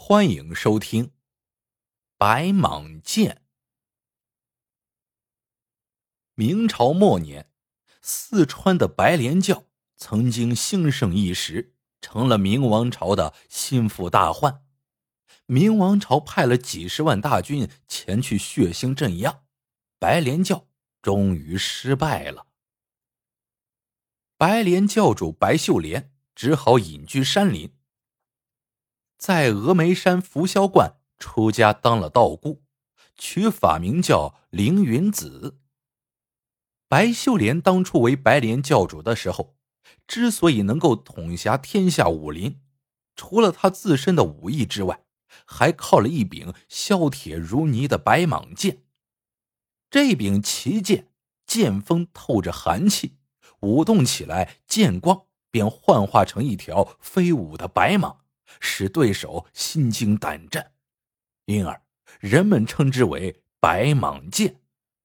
欢迎收听白蟒剑。明朝末年，四川的白莲教曾经兴盛一时，成了明王朝的心腹大患。明王朝派了几十万大军前去血腥镇压，白莲教终于失败了。白莲教主白秀莲只好隐居山林，在峨眉山拂霄观出家当了道姑，取法名叫凌云子。白秀莲当初为白莲教主的时候，之所以能够统辖天下武林，除了他自身的武艺之外，还靠了一柄削铁如泥的白蟒剑。这柄奇剑剑锋透着寒气，舞动起来剑光便幻化成一条飞舞的白蟒，使对手心惊胆战，因而人们称之为白蟒剑。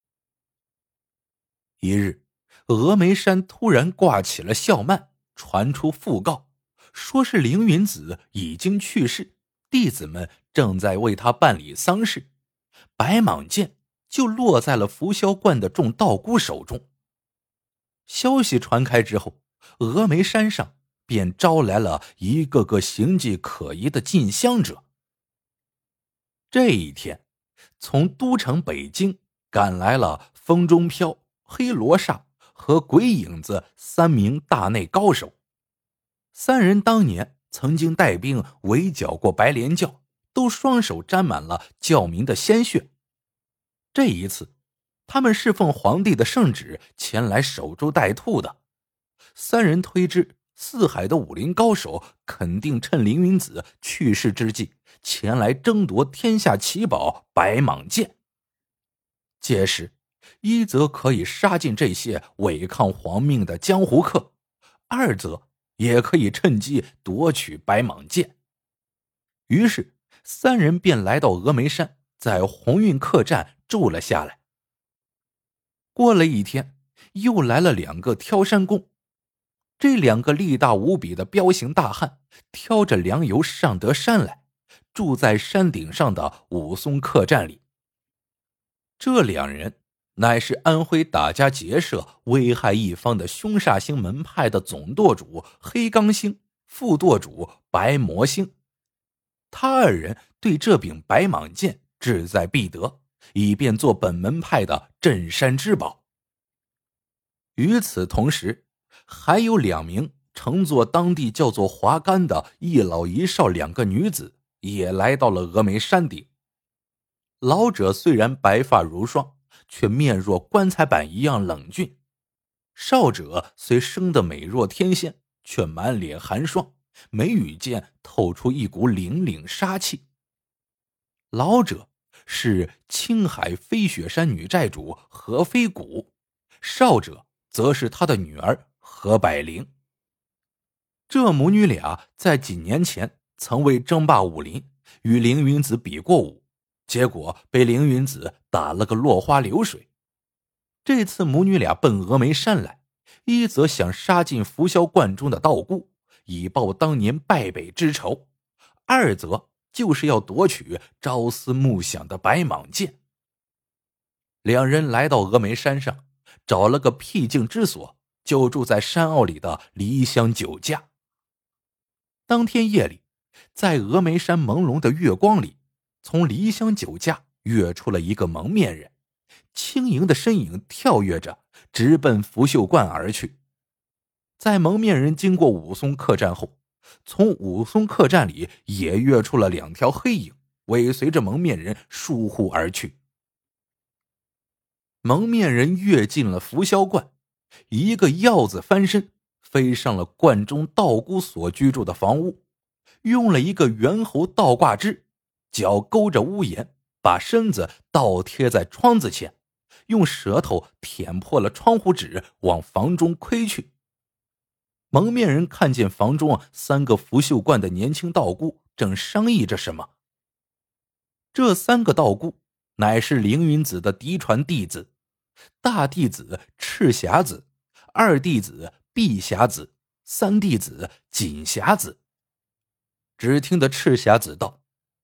一日，峨眉山突然挂起了校幔，传出讣告，说是凌云子已经去世，弟子们正在为他办理丧事，白蟒剑就落在了拂霄观的众道姑手中。消息传开之后，峨眉山上便招来了一个个形迹可疑的进香者。这一天，从都城北京赶来了风中飘、黑罗刹和鬼影子三名大内高手。三人当年曾经带兵围剿过白莲教，都双手沾满了教民的鲜血。这一次，他们是奉皇帝的圣旨前来守株待兔的。三人推知四海的武林高手肯定趁凌云子去世之际前来争夺天下奇宝白蟒剑。届时，一则可以杀尽这些违抗皇命的江湖客，二则也可以趁机夺取白蟒剑。于是三人便来到峨眉山，在鸿运客栈住了下来。过了一天，又来了两个挑山工。这两个力大无比的彪形大汉挑着粮油上得山来，住在山顶上的武松客栈里。这两人乃是安徽打家劫舍危害一方的凶煞星门派的总舵主黑刚星、副舵主白魔星。他二人对这柄白蟒剑志在必得，以便做本门派的镇山之宝。与此同时，还有两名乘坐当地叫做华干的一老一少两个女子也来到了峨眉山顶。老者虽然白发如霜，却面若棺材板一样冷峻；少者虽生得美若天仙，却满脸寒霜，眉宇间透出一股凛凛杀气。老者是青海飞雪山女寨主何飞谷，少者则是他的女儿何百灵。这母女俩在几年前曾为争霸武林与凌云子比过武，结果被凌云子打了个落花流水。这次母女俩奔峨眉山来，一则想杀进拂霄观中的道姑，以报当年败北之仇；二则就是要夺取朝思暮想的白蟒剑。两人来到峨眉山上，找了个僻静之所，就住在山坳里的梨香酒家。当天夜里，在峨眉山朦胧的月光里，从梨香酒家跃出了一个蒙面人，轻盈的身影跳跃着直奔拂袖观而去。在蒙面人经过武松客栈后，从武松客栈里也跃出了两条黑影，尾随着蒙面人疏忽而去。蒙面人跃进了拂霄观，一个鹞子翻身飞上了观中道姑所居住的房屋，用了一个猿猴倒挂枝，脚勾着屋檐，把身子倒贴在窗子前，用舌头舔破了窗户纸往房中窥去。蒙面人看见房中三个拂袖观的年轻道姑正商议着什么。这三个道姑乃是凌云子的嫡传弟子，大弟子赤霞子，二弟子碧霞子，三弟子锦霞子。只听得赤霞子道：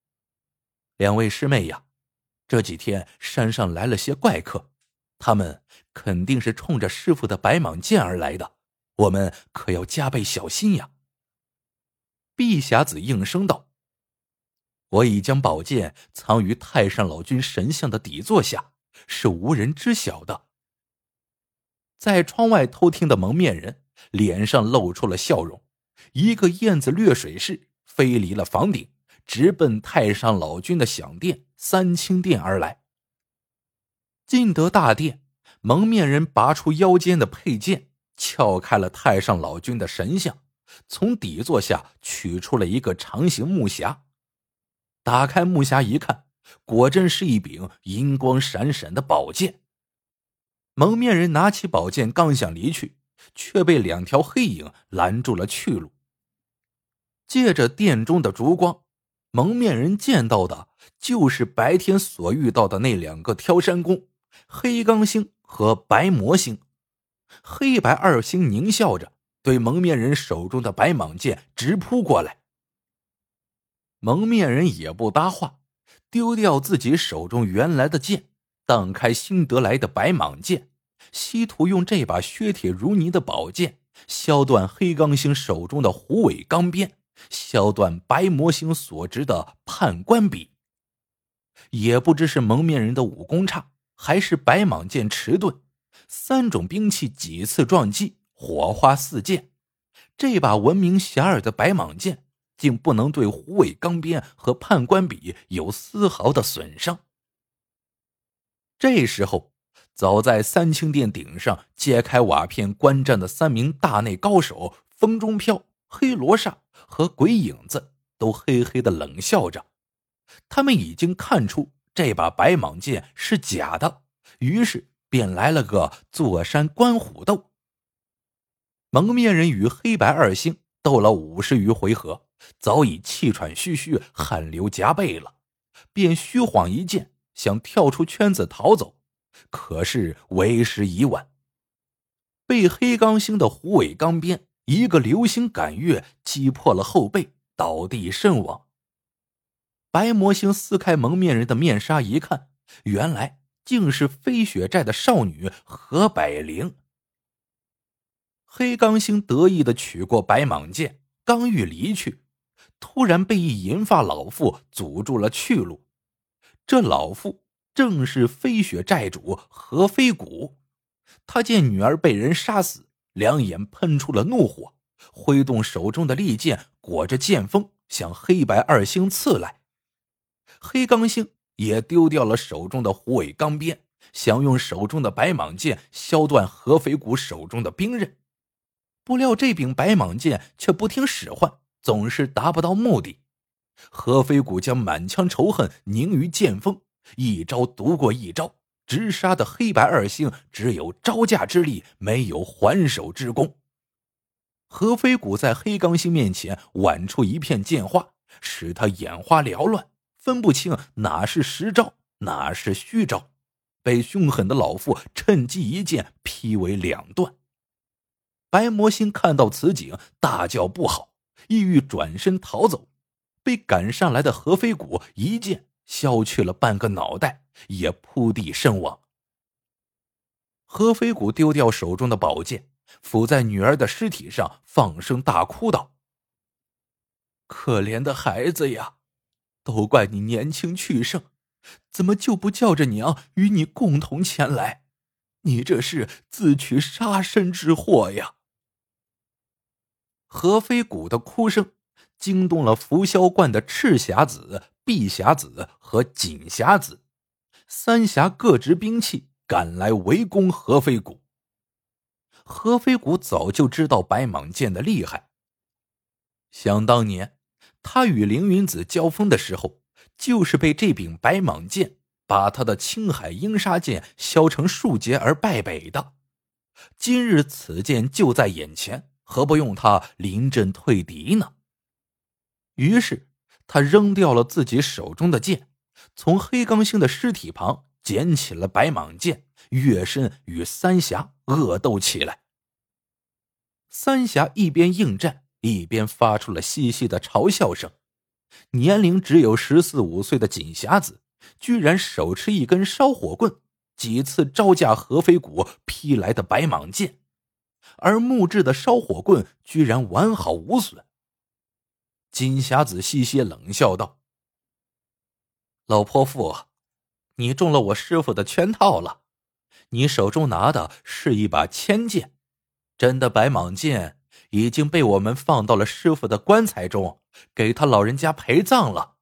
两位师妹呀，这几天山上来了些怪客，他们肯定是冲着师傅的白蟒剑而来的，我们可要加倍小心呀。碧霞子应声道：我已将宝剑藏于太上老君神像的底座下，是无人知晓的。在窗外偷听的蒙面人脸上露出了笑容，一个燕子掠水式飞离了房顶，直奔太上老君的享殿三清殿而来。进得大殿，蒙面人拔出腰间的佩剑，撬开了太上老君的神像，从底座下取出了一个长形木匣。打开木匣一看，果真是一柄银光闪闪的宝剑。蒙面人拿起宝剑刚想离去，却被两条黑影拦住了去路。借着殿中的烛光，蒙面人见到的就是白天所遇到的那两个挑山工，黑刚星和白魔星。黑白二星狞笑着对蒙面人手中的白蟒剑直扑过来。蒙面人也不搭话，丢掉自己手中原来的剑，荡开新得来的白蟒剑，希图用这把削铁如泥的宝剑削断黑刚星手中的虎尾钢鞭，削断白魔星所执的判官笔。也不知是蒙面人的武功差，还是白蟒剑迟钝，三种兵器几次撞击，火花四溅，这把闻名遐迩的白蟒剑竟不能对虎尾钢鞭和判官笔有丝毫的损伤。这时候，早在三清殿顶上揭开瓦片观战的三名大内高手风中飘、黑罗刹和鬼影子都嘿嘿的冷笑着。他们已经看出这把白蟒剑是假的，于是便来了个坐山观虎斗。蒙面人与黑白二星斗了50余回合，早已气喘吁吁，汗流浃背了，便虚晃一剑想跳出圈子逃走，可是为时已晚。被黑刚星的虎尾钢鞭一个流星赶月击破了后背，倒地身亡。白魔星撕开蒙面人的面纱一看，原来竟是飞雪寨的少女何百灵。黑刚星得意地取过白蟒剑，刚欲离去，突然被一银发老妇阻住了去路。这老妇正是飞雪寨主何飞谷。他见女儿被人杀死，两眼喷出了怒火，挥动手中的利剑，裹着剑锋向黑白二星刺来。黑刚星也丢掉了手中的虎尾钢鞭，想用手中的白蟒剑削断何飞谷手中的兵刃。不料这柄白蟒剑却不听使唤，总是达不到目的。何飞谷将满腔仇恨凝于剑锋，一招独过一招，直杀的黑白二星只有招架之力，没有还手之功。何飞谷在黑刚星面前挽出一片剑花，使他眼花缭乱，分不清哪是实招，哪是虚招，被凶狠的老妇趁机一剑劈为两段。白魔星看到此景，大叫不好，意欲转身逃走，被赶上来的何飞谷一剑削去了半个脑袋，也扑地身亡。何飞谷丢掉手中的宝剑，伏在女儿的尸体上，放声大哭道：可怜的孩子呀，都怪你年轻气盛，怎么就不叫着娘与你共同前来？你这是自取杀身之祸呀！何飞谷的哭声惊动了拂晓观的赤霞子、碧霞子和锦霞子，三侠各执兵器赶来围攻何飞谷。何飞谷早就知道白蟒剑的厉害，想当年他与凌云子交锋的时候，就是被这柄白蟒剑把他的青海鹰杀剑削成数截而败北的。今日此剑就在眼前，何不用他临阵退敌呢？于是他扔掉了自己手中的剑，从黑刚星的尸体旁捡起了白蟒剑，跃身与三侠恶斗起来。三侠一边应战，一边发出了嘻嘻的嘲笑声。 年龄只有14、15岁的锦霞子，居然手持一根烧火棍，几次招架合肥谷劈来的白蟒剑，而木质的烧火棍居然完好无损。锦霞子嘻嘻冷笑道：“老泼妇，你中了我师傅的圈套了。你手中拿的是一把千剑，真的白蟒剑已经被我们放到了师傅的棺材中，给他老人家陪葬了。”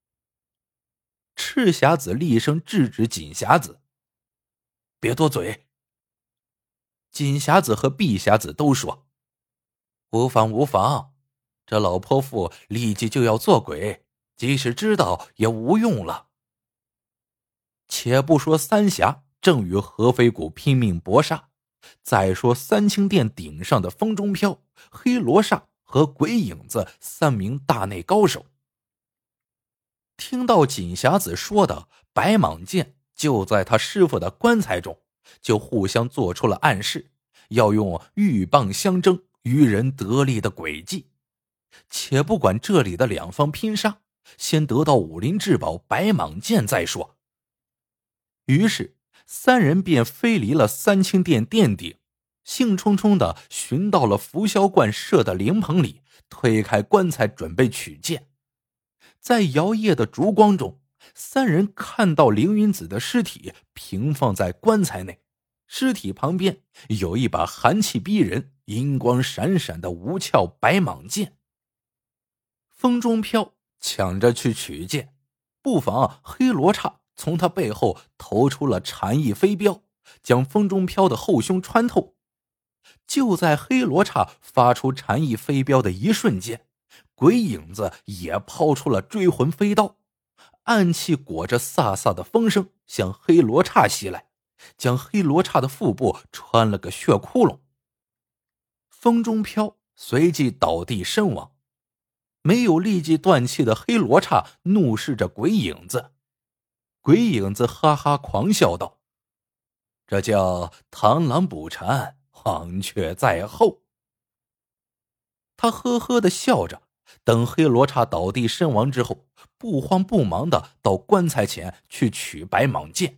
赤霞子厉声制止锦霞子：“别多嘴。”锦霞子和碧霞子都说：“无妨无妨，这老泼妇立即就要做鬼，即使知道也无用了。”且不说三峡正与合肥谷拼命搏杀，再说三清殿顶上的风中飘、黑罗刹和鬼影子3名大内高手，听到锦霞子说的白蟒剑就在他师傅的棺材中，就互相做出了暗示，要用鹬蚌相争、渔人得利的诡计。且不管这里的两方拼杀，先得到武林至宝白蟒剑再说。于是3人便飞离了三清殿殿顶，兴冲冲地寻到了拂霄观设的灵棚里，推开棺材准备取剑。在摇曳的烛光中，3人看到凌云子的尸体平放在棺材内，尸体旁边有一把寒气逼人、银光闪闪的无鞘白蟒剑。风中飘抢着去取剑，不妨黑罗刹从他背后投出了禅意飞镖，将风中飘的后胸穿透。就在黑罗刹发出禅意飞镖的一瞬间，鬼影子也抛出了追魂飞刀，暗器裹着飒飒的风声向黑罗刹袭来，将黑罗刹的腹部穿了个血窟窿。风中飘随即倒地身亡。没有立即断气的黑罗刹怒视着鬼影子，鬼影子哈哈狂笑道：“这叫螳螂捕蝉，黄雀在后。”他呵呵地笑着，等黑罗刹倒地身亡之后，不慌不忙地到棺材前去取白蟒剑。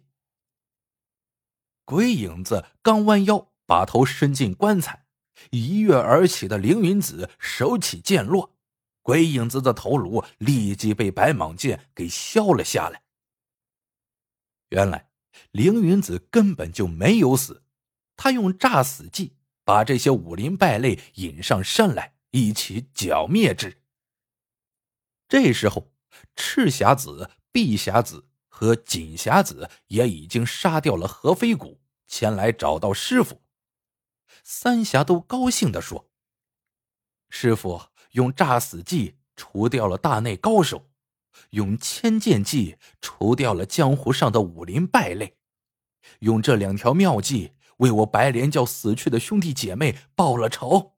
鬼影子刚弯腰把头伸进棺材，一跃而起的凌云子手起剑落，鬼影子的头颅立即被白蟒剑给削了下来。原来凌云子根本就没有死，他用诈死计把这些武林败类引上山来，一起剿灭之。这时候赤霞子、碧霞子和锦霞子也已经杀掉了合肥谷，前来找到师傅。三侠都高兴地说：“师傅用诈死计除掉了大内高手，用千剑计除掉了江湖上的武林败类，用这2条妙计为我白莲教死去的兄弟姐妹报了仇。”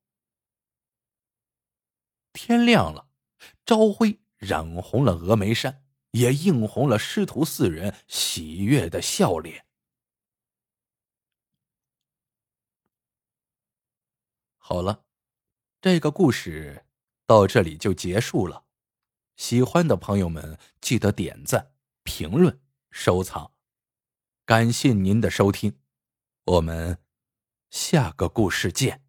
天亮了，朝晖染红了峨眉山，也映红了师徒4人喜悦的笑脸。好了，这个故事到这里就结束了。喜欢的朋友们记得点赞、评论、收藏。感谢您的收听，我们下个故事见。